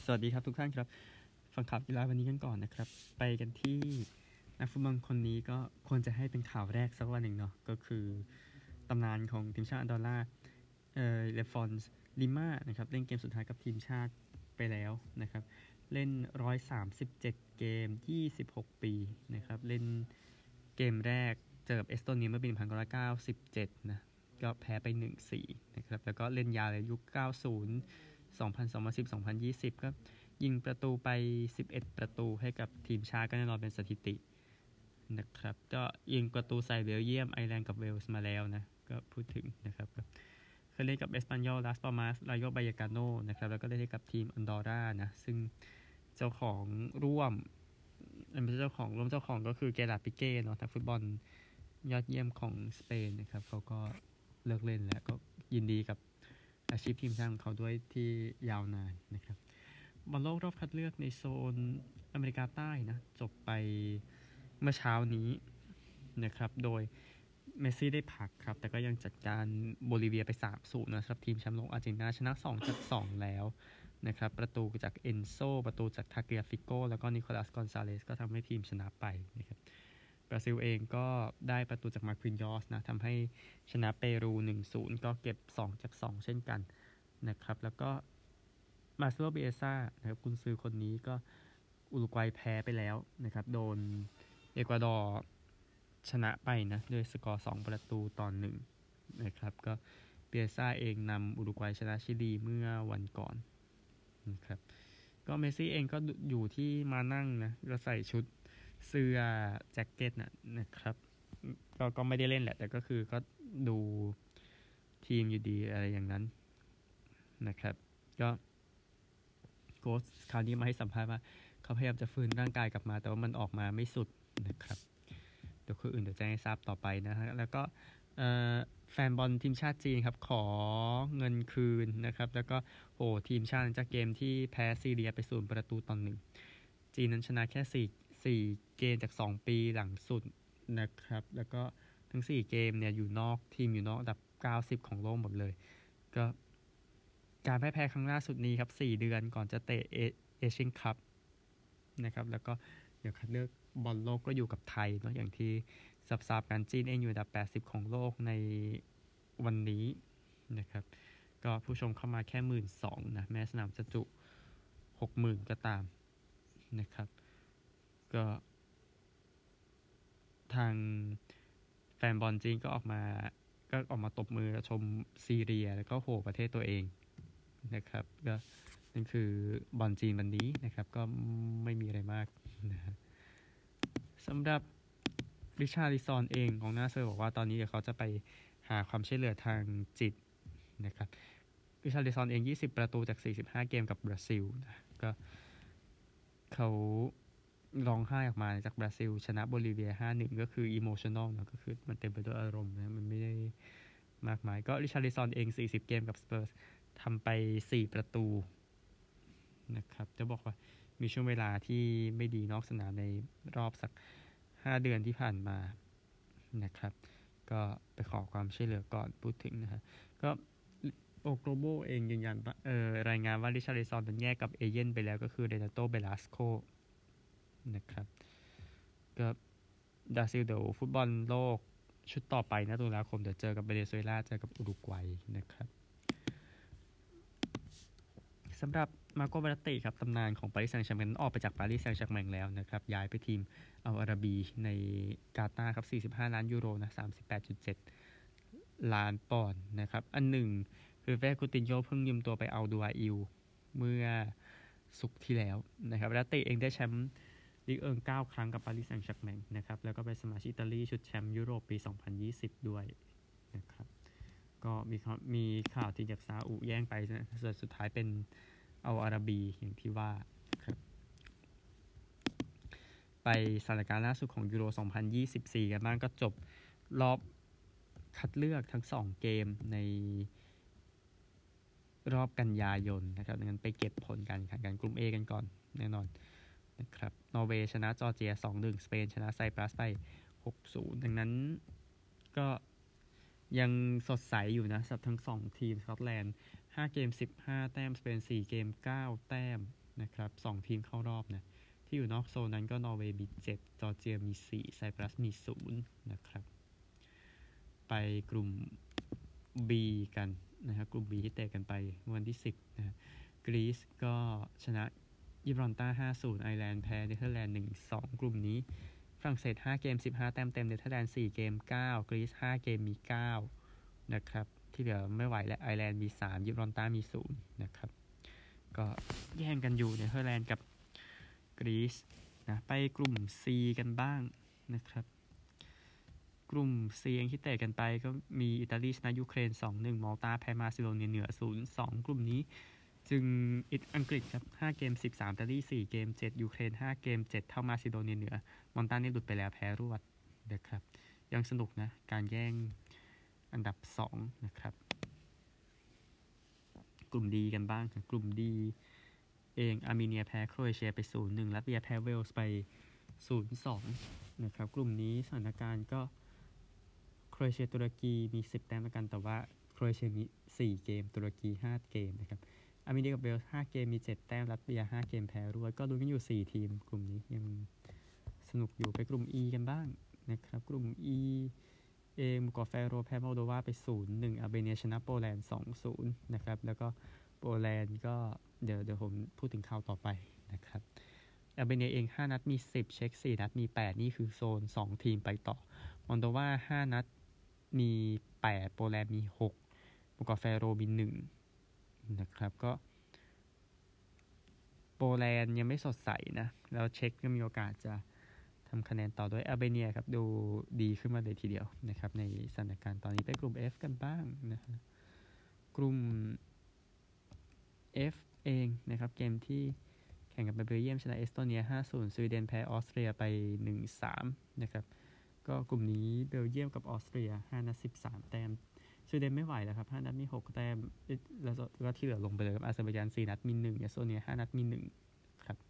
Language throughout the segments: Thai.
สวัสดีครับทุกท่านครับฟังข่าวกีฬาวันนี้กันก่อนนะครับไปกันที่นักฟุตบอลคนนี้ก็ควรจะให้เป็นข่าวแรกสักวันหนึ่งเนาะก็คือตำนานของทีมชาติอันดอร่าเลฟอนส์ลิม่านะครับเล่นเกมสุดท้ายกับทีมชาติไปแล้วนะครับเล่น137เกม26ปีนะครับเล่นเกมแรกเจอกับเอสโตเนียเมื่อปี1997นะก็แพ้ไป 1-4 นะครับแล้วก็เล่นยาวเลยยุค90 2010 2020ก็ยิงประตูไป11ประตูให้กับทีมชาติก็แน่นอนเป็นสถิตินะครับก็ยิงประตูใส่เบลเยียมไอร์แลนด์กับเวลส์มาแล้วนะก็พูดถึงนะครับเคยเล่นกับเอสปันยอลลาสปามาสรายโยบายากาโนนะครับแล้วก็ได้เล่นกับทีมอันดอร่านะซึ่งเจ้าของร่วมไม่ใช่เจ้าของก็คือเกราร์ด ปิเก้เนาะนักฟุตบอลยอดเยี่ยมของสเปนนะครับเขาก็เลิกเล่นแล้วก็ยินดีกับอาชีพทีมชาติของเขาด้วยที่ยาวนานนะครับบอลโลกรอบคัดเลือกในโซนอเมริกาใต้นะจบไปเมื่อเช้านี้นะครับโดยเมสซี่ได้พักครับแต่ก็ยังจัดการโบลิเวียไป 3-0 นะครับทีมแชมป์โลกอาร์เจนตินาชนะ2-2แล้วนะครับประตูจากเอนโซประตูจากทาเกียฟิโก้แล้วก็นิโคลัสกอนซาเลสก็ทำให้ทีมชนะไปนะครับบราซิลเองก็ได้ประตูจากมาร์ควินยอสนะทำให้ชนะเปรู 1-0 ก็เก็บ2-2เช่นกันนะครับแล้วก็มาเซโล เบซ่านะครับกุนซือคนนี้ก็อุรุกวัยแพ้ไปแล้วนะครับโดนเอกวาดอร์ชนะไปนะด้วยสกอร์2-1นะครับก็เบซ่าเองนำอุรุกวัยชนะชิลีเมื่อวันก่อนนะครับก็เมสซี่เองก็อยู่ที่มานั่งนะก็ใส่ชุดเสื้อแจ็คเก็ตนะครับก็ไม่ได้เล่นแหละแต่ก็คือก็ดูทีมอยู่ดีอะไรอย่างนั้นนะครับก็โค้ชคราวนี้มาให้สัมภาษณ์ว่าเขาพยายามจะฟื้นร่างกายกลับมาแต่ว่ามันออกมาไม่สุดนะครับเดี๋ยวคนอื่นเดี๋ยวจะให้ทราบต่อไปนะฮะแล้วก็แฟนบอลทีมชาติจีนครับขอเงินคืนนะครับแล้วก็ทีมชาติจากเกมที่แพ้ซีเรียไป0-1จีนนั้นชนะแค่4เกมจาก2ปีหลังสุดนะครับแล้วก็ทั้ง4เกมเนี่ยอยู่นอกอันดับ90ของโลกหมดเลยก็การแพ้ครั้งล่าสุดนี้ครับ4เดือนก่อนจะเตะเอเชียนคัพนะครับแล้วก็เดี๋ยวคัดเลือกบอลโลกก็อยู่กับไทยเนาะอย่างที่ทราบกันจีนเองอยู่อันดับ80ของโลกในวันนี้นะครับก็ผู้ชมเข้ามาแค่ 12,000 นะแม้สนามจะจุ 60,000 ก็ตามนะครับก็ทางแฟนบอลจีนก็ออกมาตบมือชมซีเรียแล้วก็ประเทศตัวเองนะครับก็นั่นคือบอลจีนวันนี้นะครับก็ไม่มีอะไรมากนะสำหรับริชาร์ลิซอนเองของหน้าเซอร์บอกว่าตอนนี้เดี๋ยวเขาจะไปหาความช่วยเหลือทางจิตนะครับริชาร์ลิซอนเอง20ประตูจาก45เกมกับบราซิลนะก็เขาร้องไห้ออกมาจากบราซิลชนะโบลิเวีย 5-1 ก็คืออิโมชันนอลนะก็คือมันเต็มไปด้วยอารมณ์นะมันไม่ได้มากมายก็ริชาร์ลิซอนเอง40เกมกับสเปอร์สทำไป4ประตูนะครับจะบอกว่ามีช่วงเวลาที่ไม่ดีนอกสนามในรอบสัก5เดือนที่ผ่านมานะครับก็ไปขอความช่วยเหลือก่อนพูดถึงนะฮะก็โกลบอลเองยืนยันรายงานว่าริชาร์ลิซอนนั้นแยกกับเอเย่นไปแล้วก็คือเรนาโต เบลาสโกนะครับก็บราซิลเดี๋ยวฟุตบอลโลกชุดต่อไปนะตุลาคมเดี๋ยวเจอกับเวเนซุเอลาเจอกับอุรุกวัยนะครับสำหรับมาโก เวรัตติครับตำนานของปารีสแซงต์แชร์แมงออกไปจากปารีสแซงต์แชร์แมงแล้วนะครับย้ายไปทีมอัลอาราบีในกาตาร์ครับ45ล้านยูโรนะ 38.7 ล้านปอนด์นะครับอันหนึ่งคือเฟคูตินโญเพิ่งยืมตัวไปเอาดูอาอิลเมื่อศุกร์ที่แล้วนะครับเวรัตติเองได้แชมป์ลีก9ครั้งกับปารีสแซงต์แชร์แมงนะครับแล้วก็เป็นสมาชิกอิตาลีชุดแชมป์ยุโรปปี2020ด้วยนะครับก็มีข่าวที่จากซาอุแย่งไปนะสุดท้ายเป็นเอาอาราบีอย่างที่ว่าครับไปสถานการณ์ล่าสุดของยูโร2024กันบ้างก็จบรอบคัดเลือกทั้ง2เกมในรอบกันยายนนะครับดังนั้นไปเก็บผลการแข่งขันกลุ่ม A กันก่อนแน่นอนนะครับนอร์เวย์ชนะจอร์เจีย 2-1 สเปนชนะไซปรัสไป 6-0 ดังนั้นก็ยังสดใสอยู่นะสำหรับทั้ง2ทีมสกอตแลนด์5เกม15แต้มสเปน4เกม9แต้มนะครับ2ทีมเข้ารอบนะที่อยู่นอกโซนนั้นก็นอร์เวย์มี7จอร์เจียมี4ไซปรัสมี0นะครับไปกลุ่ม B กันนะครับกลุ่ม B ที่เตะกันไปวันที่10นะกรีซก็ชนะยิบรอนต้า 5-0 ไอร์แลนด์แพ้เนเธอร์แลนด์ 1-2 กลุ่มนี้ฝรั่งเศส5เกม15แต้มเต็มเนเธอร์แลนด์4เกม9กรีซ5เกมมี9นะครับที่เหลือไม่ไหวและไอร์แลนด์มี3ยิบรอนต้ามี0นะครับก็แย่งกันอยู่เนเธอร์แลนด์กับกรีซนะไปกลุ่ม C กันบ้างนะครับกลุ่ม C เองที่เตะกันไปก็มีอิตาลีชนะยูเครน 2-1 มอลตาแพ้มาซิโดเนียเหนือ 0-2 กลุ่มนี้จึงอังกฤษครับ5เกม13อิตาลี4เกม7ยูเครน5เกม7เท่ามาซิโดเนียเหนือมอลตานี่หลุดไปแล้วแพ้รวดนะครับยังสนุกนะการแย่งอันดับ2นะครับกลุ่มดีกันบ้างกลุ่มดีเองอาร์เมเนียแพ้โครเอเชียไป 0-1 รัสเซียแพ้เวลส์ไป 0-2 นะครับกลุ่มนี้สถานการณ์ก็โครเอเชียตุรกีมี10แต้มกันแต่ว่าโครเอเชียมี4เกมตุรกี5เกมนะครับอาร์เมเนียกับเวลส์5เกมมี7แต้มรัสเซีย5เกมแพ้รวดก็ลุ้นกันอยู่4ทีมกลุ่มนี้ยังสนุกอยู่ไปกลุ่ม E กันบ้างนะครับกลุ่ม E เองมูกอแฟโรแพ้โมลโดวาไป 0-1 อาร์เมเนียชนะโปแลนด์ 2-0 นะครับแล้วก็โปแลนด์ก็เดี๋ยวผมพูดถึงข่าวต่อไปนะครับอาร์เมเนียเอง5นัดมี10เช็ก4นัดมี8นี่คือโซน2ทีมไปต่อมอลโดวา5นัดมี8โปแลนด์มี6มูกอแฟโรมี1นะครับก็โปแลนด์ยังไม่สดใสนะแล้วเช็กก็มีโอกาสจะทำคะแนนต่อด้วยอาร์เมเนียครับดูดีขึ้นมาเลยทีเดียวนะครับในสถานการณ์ตอนนี้ไปกลุ่ม F กันบ้างนะครับกลุ่ม F เองนะครับเกมที่แข่งกันไปเบลเยียมชนะเอสโตเนีย 5-0 สวีเดนแพ้ออสเตรียไป 1-3 นะครับก็กลุ่มนี้เบลเยียมกับออสเตรีย5นัด13แต้มสวีเดนไม่ไหวแล้วครับ5นัดมี6แต้มแล้วก็ที่เหลือลงไปเลยครับอาเซอร์ไบจาน4นัดมี1เอสโตเนีย5นัดมี1ครับ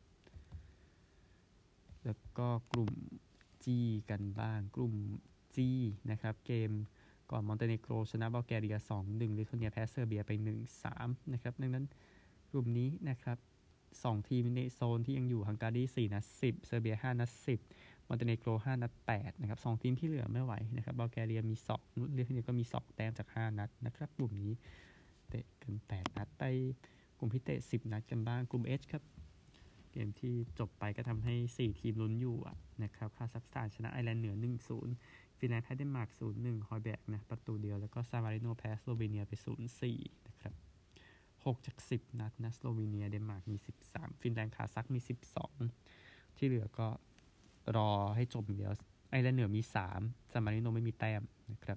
แล้วก็กลุ่ม G กันบ้างกลุ่ม G นะครับเกมก่อนมอนเตเนโกรชนะบัลแกเรีย 2-1 ลิทัวเนียแพ้เซอร์เบียไป 1-3 นะครับดังนั้นกลุ่มนี้นะครับ2ทีมในโซนที่ยังอยู่ฮังการี4นัด10เซอร์เบีย5นัด10มอนเตเนโกร5นัด8นะครับ2ทีมที่เหลือไม่ไหวนะครับบัลแกเรียมี2ลิทัวเนียก็มี2แต้มจาก5นัดนะครับกลุ่มนี้เตะกัน8นัดไปกลุ่มที่เตะ10นัดกันบ้างกลุ่ม H ครับเกมที่จบไปก็ทำให้4ทีมลุ้นอยู่นะครับคาซัคสถานชนะไอร์แลนด์เหนือ 1-0 ฟินแลนด์แพ้เดนมาร์ก 0-1 ฮอยแบกนะประตูเดียวแล้วก็ซานมาริโนแพ้สโลวีเนียไป 0-4 นะครับ6จาก10นัดนะสโลวีเนียเดนมาร์กมี13ฟินแลนด์คาซัคมี12ที่เหลือก็รอให้จบอย่างเดียวไอร์แลนด์เหนือมี3ซานมาริโนไม่มีแต้มนะครับ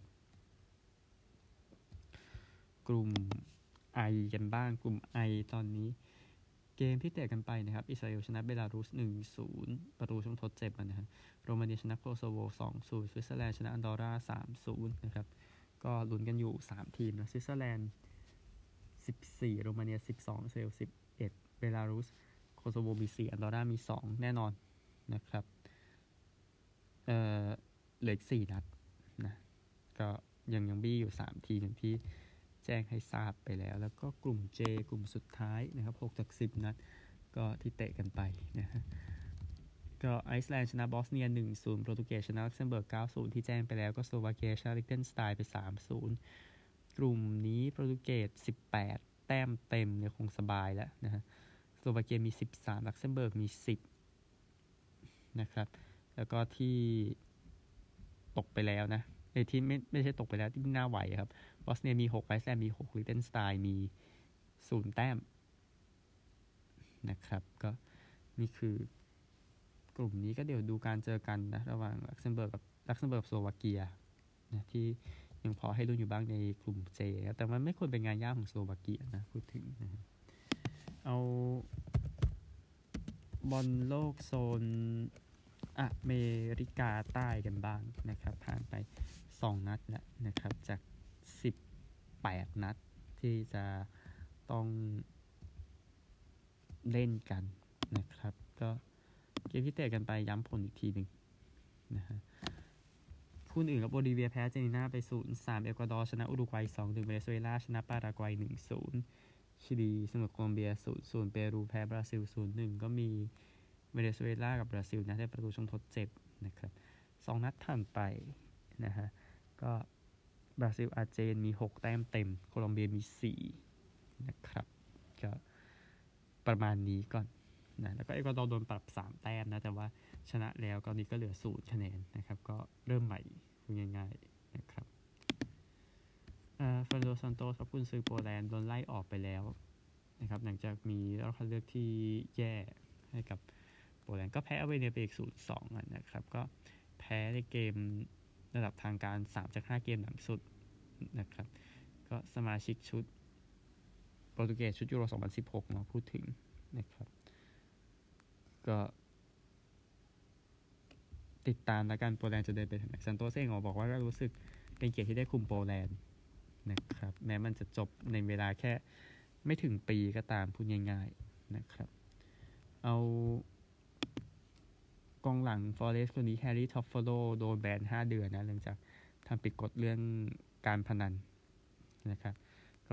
กลุ่ม I กันบ้างกลุ่ม I ตอนนี้เกมที่เตะกันไปนะครับอิสราเอลชนะเบลารุส 1-0 ประตูช่วงทดเจ็บนะครับโรมาเนียชนะโคโซโว 2-0 สวิตเซอร์แลนด์ชนะอันดอร่า 3-0 นะครับก็ลุ้นกันอยู่3ทีมนะสวิตเซอร์แลนด์14โรมาเนีย12อิสราเอล11เบลารุสโคโซโวมี4อันดอร่ามี2แน่นอนนะครับเหลืออีก4นัดนะก็ยังบี้อยู่3ทีมอย่างที่แจ้งให้ทราบไปแล้วก็กลุ่ม J กลุ่มสุดท้ายนะครับ6จาก10นัดก็ที่เตะกันไปนะฮะก็ไอซ์แลนด์ชนะบอสเนีย 1-0 โปรตุเกสชนะลักเซมเบิร์ก 9-0 ที่แจ้งไปแล้วก็สโลวาเกียชนะลิเทนสไตน์ไป 3-0 กลุ่มนี้โปรตุเกส18แต้มเต็มเนี่ยคงสบายแล้วนะฮะสโลวาเกียมี13ลักเซมเบิร์กมี10นะครับแล้วก็ที่ตกไปแล้วนะที่ไม่ใช่ตกไปแล้วที่น่าไหวครับบอสเนียมี6ไอซ์แลนด์มี6ลิเทนสไตน์มี0แต้มนะครับก็นี่คือกลุ่มนี้ก็เดี๋ยวดูการเจอกันนะระหว่างลักเซมเบิร์กกับสโลวาเกียนะที่ยังพอให้ลุ้นอยู่บ้างในกลุ่ม J แต่มันไม่ควรเป็นงานยากของสโลวาเกียนะพูดถึงนะเอาบอลโลกโซนอเมริกาใต้กันบ้างนะครับผ่านไป2นัดแล้วนะครับจาก18นัดที่จะต้องเล่นกันนะครับก็เกมที่เตะกันไปย้ำผลอีกทีหนึ่งนะฮะคู่อื่นกับโบลิเวียแพ้อาร์เจนตินาไป 0-3 เอกวาดอร์ชนะอุรุกวัย 2-1 เวเนซุเอลาชนะปารากวัย 1-0 ชิลีเสมอโคลอมเบีย0-0เปรูแพ้บราซิล0-1ก็มีเวเนซุเอลากับบราซิลนะได้ประตูช่องทดเจ็บนะครับ2นัดผ่านไปนะฮะก็บราซิลอาร์เจนมี6แต้มเต็มโคลอมเบียมี4นะครับก็ประมาณนี้ก่อนนะแล้วก็เอกวาดอร์โดนปรับ3แต้มนะแต่ว่าชนะแล้วตอนนี้ก็เหลือ0คะแนนนะครับก็เริ่มใหม่พูดง่ายๆนะครับเฟรนโดซันโตสครับกุนซือโปแลนด์โดนไล่ออกไปแล้วนะครับหลังจากมีรอบคัดเลือกที่แย่ให้กับโปแลนด์ก็แพ้เอาเวเนเปีย 0-2 นะครับก็แพ้ในเกมระดับทางการ3จาก5เกมหลังสุดนะครับก็สมาชิกชุดโปรตุเกสชุดยูโร2016มาพูดถึงนะครับก็ติดตามแล้วกันโปแลนด์จะเดินไปทางไหนซันโตสเองบอกว่าก็รู้สึกเป็นเกียรติที่ได้คุมโปแลนด์นะครับแม้มันจะจบในเวลาแค่ไม่ถึงปีก็ตามพูดง่ายๆนะครับเอากองหลังฟอเรสต์คนนี้แฮร์รี่ท็อฟฟโลโดนแบน5 เดือนนะหลังจากทำผิดกฎเรื่องการพนันนะครับก็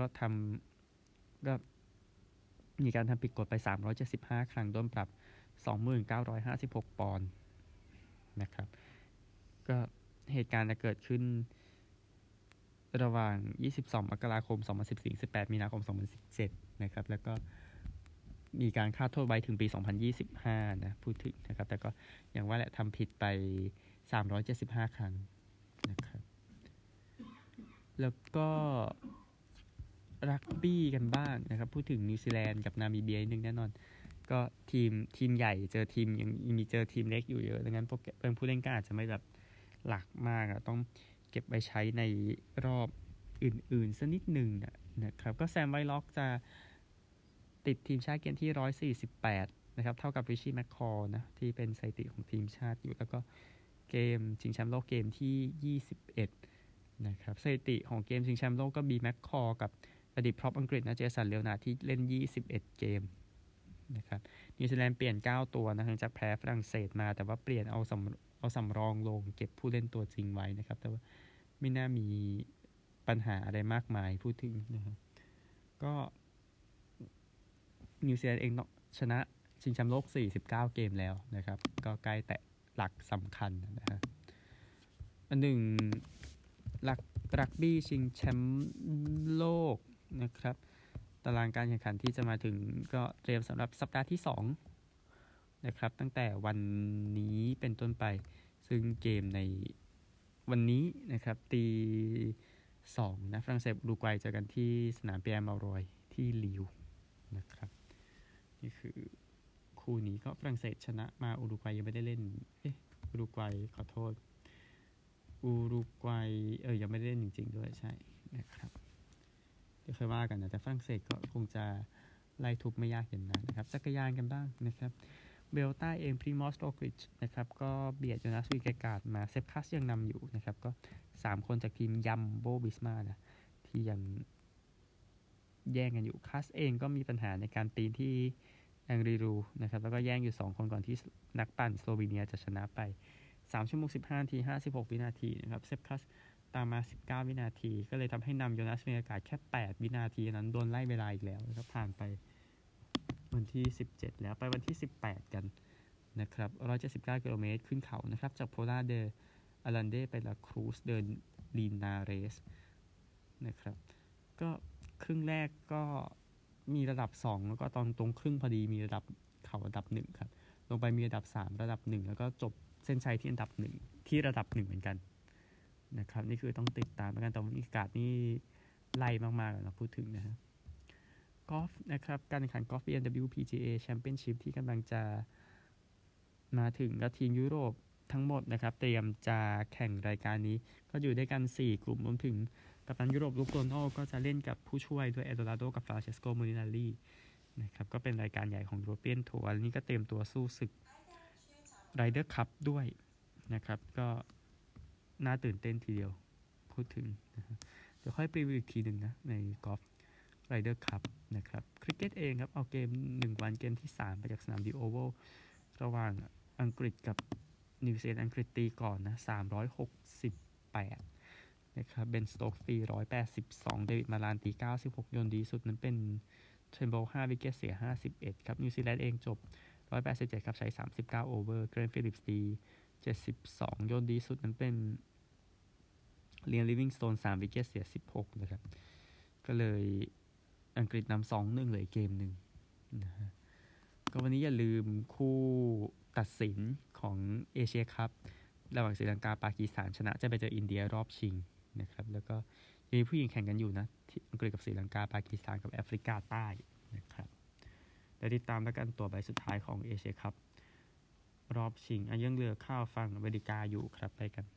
มีการทำผิดกฎไป375ครั้งโดนปรับ 29,556 ปอนด์นะครับก็เหตุการณ์จะเกิดขึ้นระหว่าง22 มกราคม 2014 18 มีนาคม 2017นะครับแล้วก็มีการคาดโทษไว้ถึงปี 2025 นะพูดถึงนะครับแต่ก็อย่างว่าแหละทำผิดไป375 ครั้งนะครับแล้วก็รักบี้กันบ้างนะครับพูดถึงนิวซีแลนด์กับนามิเบียนึงแน่นอนก็ทีมใหญ่เจอทีมยังมีเจอทีมเล็กอยู่เยอะดังนั้นผู้เล่นก็อาจจะไม่แบบหลักมากต้องเก็บไปใช้ในรอบอื่นๆสักนิดหนึ่งนะครับก็แซมไวล็อกจะติดทีมชาติเกมที่148นะครับเท่ากับริชี่แมคคอร์นะที่เป็นสถิติของทีมชาติอยู่แล้วก็เกมชิงแชมป์โลกเกมที่21นะครับสถิติของเกมชิงแชมป์โลกก็บีแมคคอร์กับอดีตพร็อพอังกฤษนะเจสันเลโอนาร์ดที่เล่น21เกมนะครับนิวซีแลนด์เปลี่ยน9ตัวนะหลังจากแพ้ฝรั่งเศสมาแต่ว่าเปลี่ยนเอาสำรองลงเก็บผู้เล่นตัวจริงไว้นะครับแต่ว่าไม่น่ามีปัญหาอะไรมากมายพูดถึงนะครับก็นิวซีแลนด์เองชนะชิงแชมป์โลก49เกมแล้วนะครับก็ใกล้แตะหลักสำคัญนะฮะอันหนึ่งรักบี้ชิงแชมป์โลกนะครับตารางการแข่งขันที่จะมาถึงก็เตรียมสำหรับสัปดาห์ที่2นะครับตั้งแต่วันนี้เป็นต้นไปซึ่งเกมในวันนี้นะครับตี2นะฝรั่งเศสอุรุกวัยเจอกันที่สนามเปียร์มาโรยที่ลิวนะครับนี่คือคู่นี้ก็ฝรั่งเศสชนะมาอุรุกวัยยังไม่ได้เล่นอุรุกวัยขอโทษอุรุกวัยยังไม่ได้เล่นจริงๆด้วยใช่นะครับเดี๋ยวค่อยว่ากันนะแต่ฝรั่งเศสก็คงจะไล่ทุบไม่ยากเห็นนะครับจักรยานกันบ้างนะครับเบลต้าเองพรีมอสโรกริชนะครับก็เบียดโจนาสวิกาดมาเซฟคัสยังนำอยู่นะครับก็3คนจากทีมยัมโบบิสมานะที่ยังแย่งกันอยู่คัสเองก็มีปัญหาในการปีนที่แองรีรูนะครับแล้วก็แย่งอยู่2คนก่อนที่นักปั่นสโลวีเนียจะชนะไป3 ชั่วโมง 15 นาที 56 วินาทีนะครับเซฟคัสตามมา19 วินาทีก็เลยทำให้นำโจนาสวิกาดแค่8 วินาทีนั้นโดนไล่เวลาอีกแล้วนะครับผ่านไปวันที่17แล้วไปวันที่18กันนะครับ179 กิโลเมตรขึ้นเขานะครับจากโพลาเดอารันเดไปลาครูสเดินลีนาเรสนะครับก็ครึ่งแรกก็มีระดับ2แล้วก็ตอนตรงครึ่งพอดีมีระดับเขาระดับ1ครับลงไปมีระดับ3ระดับ1แล้วก็จบเส้นชัยที่อันดับ1ที่ระดับ1เหมือนกันนะครับนี่คือต้องติดตามกันแต่บรรยากาศนี่ไล่มากๆเราพูดถึงนะฮะกอล์ฟนะครับการแข่งขันกอล์ฟ BMW PGA Championship ที่กำลังจะมาถึงแล้วทีมยุโรปทั้งหมดนะครับเตรียมจะแข่งรายการนี้ก็อยู่ด้วยกัน4กลุ่มรวมถึงกัปตันยุโรปลูกโดนัลก็จะเล่นกับผู้ช่วยด้วยเอโดราโดกับฟราเชสโกมูรินารีนะครับก็เป็นรายการใหญ่ของยูโรเปียนทัวร์นี่ก็เตรียมตัวสู้ศึกไรเดอร์คัพด้วยนะครับก็น่าตื่นเต้นทีเดียวพูดถึงนะเดี๋ยวค่อยไปรีวิวอีกทีหนึ่งนะในกอล์ฟไรเดอร์คัพนะครับคริกเก็ตเองครับเอาเกม1วันเกมที่3ไปจากสนามดีโอเวลระหว่างอังกฤษกับนิวซีแลนด์อังกฤษตีก่อนนะ368นะครับเบนสโตกตี182เดวิดมาลานตี96โยนดีสุดนั้นเป็นเทรนโบว์5วิกเก็ตเสีย51ครับนิวซีแลนด์เองจบ187ครับใช้39โอเวอร์เกรนฟิลิปส์ดี72โยนดีสุดนั้นเป็นเลียนลิฟวิงสโตน3วิกเก็ตเสีย16นะครับก็เลยอังกฤษนำ 2-1 เลยเกมหนึ่งนะฮะก็วันนี้อย่าลืมคู่ตัดสินของเอเชียคัพระหว่างศรีลังกาปากีสถานชนะจะไปเจออินเดียรอบชิงนะครับแล้วก็ยังมีผู้หญิงแข่งกันอยู่นะที่อังกฤษกับศรีลังกาปากีสถานกับแอฟริกาใต้นะครับแล้วติดตามแล้วกันตัวใบสุดท้ายของเอเชียคัพรอบชิงยังเหลือข้าวฝั่งอเมริกาอยู่ครับไปกัน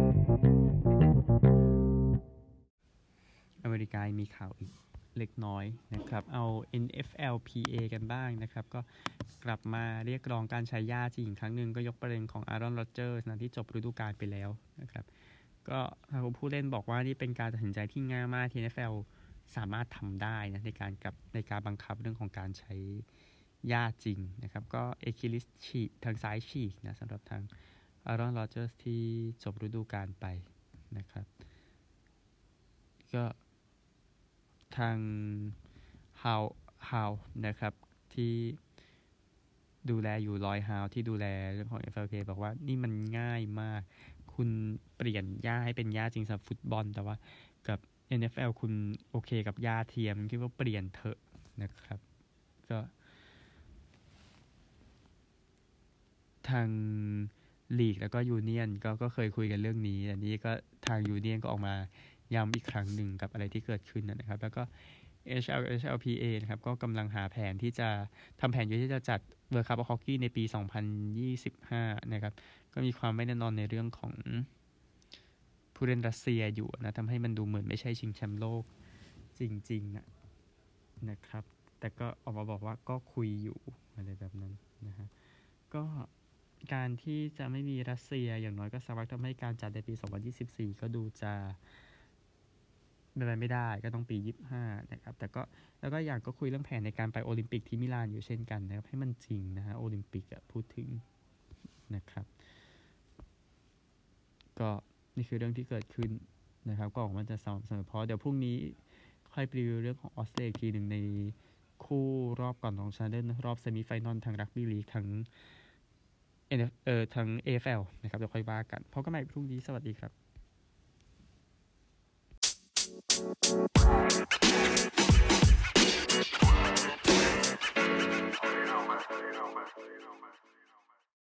อเมริกามีข่าวอีกเล็กน้อยนะครับเอา NFLPA กันบ้างนะครับก็กลับมาเรียกร้องการใช้หญ้าจริงอีกครั้งหนึ่งก็ยกประเด็นของอารอน โรเจอร์สนะที่จบฤดูกาลไปแล้วนะครับก็ทางผู้เล่นบอกว่านี่เป็นการตัดสินใจที่ง่ายมากที่ NFL สามารถทำได้นะในการบังคับเรื่องของการใช้หญ้าจริงนะครับก็เอคิลิสฉีกทางซ้ายฉีกนะสำหรับทางอารอน โรเจอร์สที่จบฤดูกาลไปนะครับก็ทางฮาวนะครับที่ดูแลอยู่ลอยฮาวที่ดูแลเรื่องของ FLK บอกว่านี่มันง่ายมากคุณเปลี่ยนหญ้าให้เป็นหญ้าจริงสำหรับฟุตบอลแต่ว่ากับ NFL คุณโอเคกับหญ้าเทียมคิดว่าเปลี่ยนเถอะนะครับก็ทางลีกแล้วก็ยูเนียนก็เคยคุยกันเรื่องนี้อันนี้ก็ทางยูเนียนก็ออกมาย้ำอีกครั้งหนึ่งกับอะไรที่เกิดขึ้นนะครับแล้วก็ HLPA นะครับก็กำลังหาแผนที่จะทำแผนอยู่ที่จะจัดเวิลด์คัพฮอกกี้ในปี 2025 นะครับก็มีความไม่แน่นอนในเรื่องของผู้เล่นรัสเซียอยู่นะทำให้มันดูเหมือนไม่ใช่ชิงแชมป์โลกจริงๆนะครับแต่ก็ออกมาบอกว่าก็คุยอยู่อะไรแบบนั้นนะฮะก็การที่จะไม่มีรัสเซียอย่างน้อยก็สามารถทำให้การจัดในปี 2024 ก็ดูจะเป็นไปไม่ได้ก็ต้องปี 25 นะครับแต่ก็แล้วก็อย่างก็คุยเรื่องแผนในการไปโอลิมปิกที่มิลานอยู่เช่นกันนะครับให้มันจริงนะฮะโอลิมปิกพูดถึงนะครับก็นี่คือเรื่องที่เกิดขึ้นนะครับก็ออกมาจะสม่ำเสมอเพราะเดี๋ยวพรุ่งนี้ค่อยไปดูเรื่องของออสเตรเลียอีกทีหนึ่งในคู่รอบก่อนของชาเดนรอบเซมิไฟนอลทางรักบี้ลีกทั้งทั้ง AFL นะครับเดี๋ยวค่อยว่ากันพบกันใหม่พรุ่งนี้สวัสดีครับ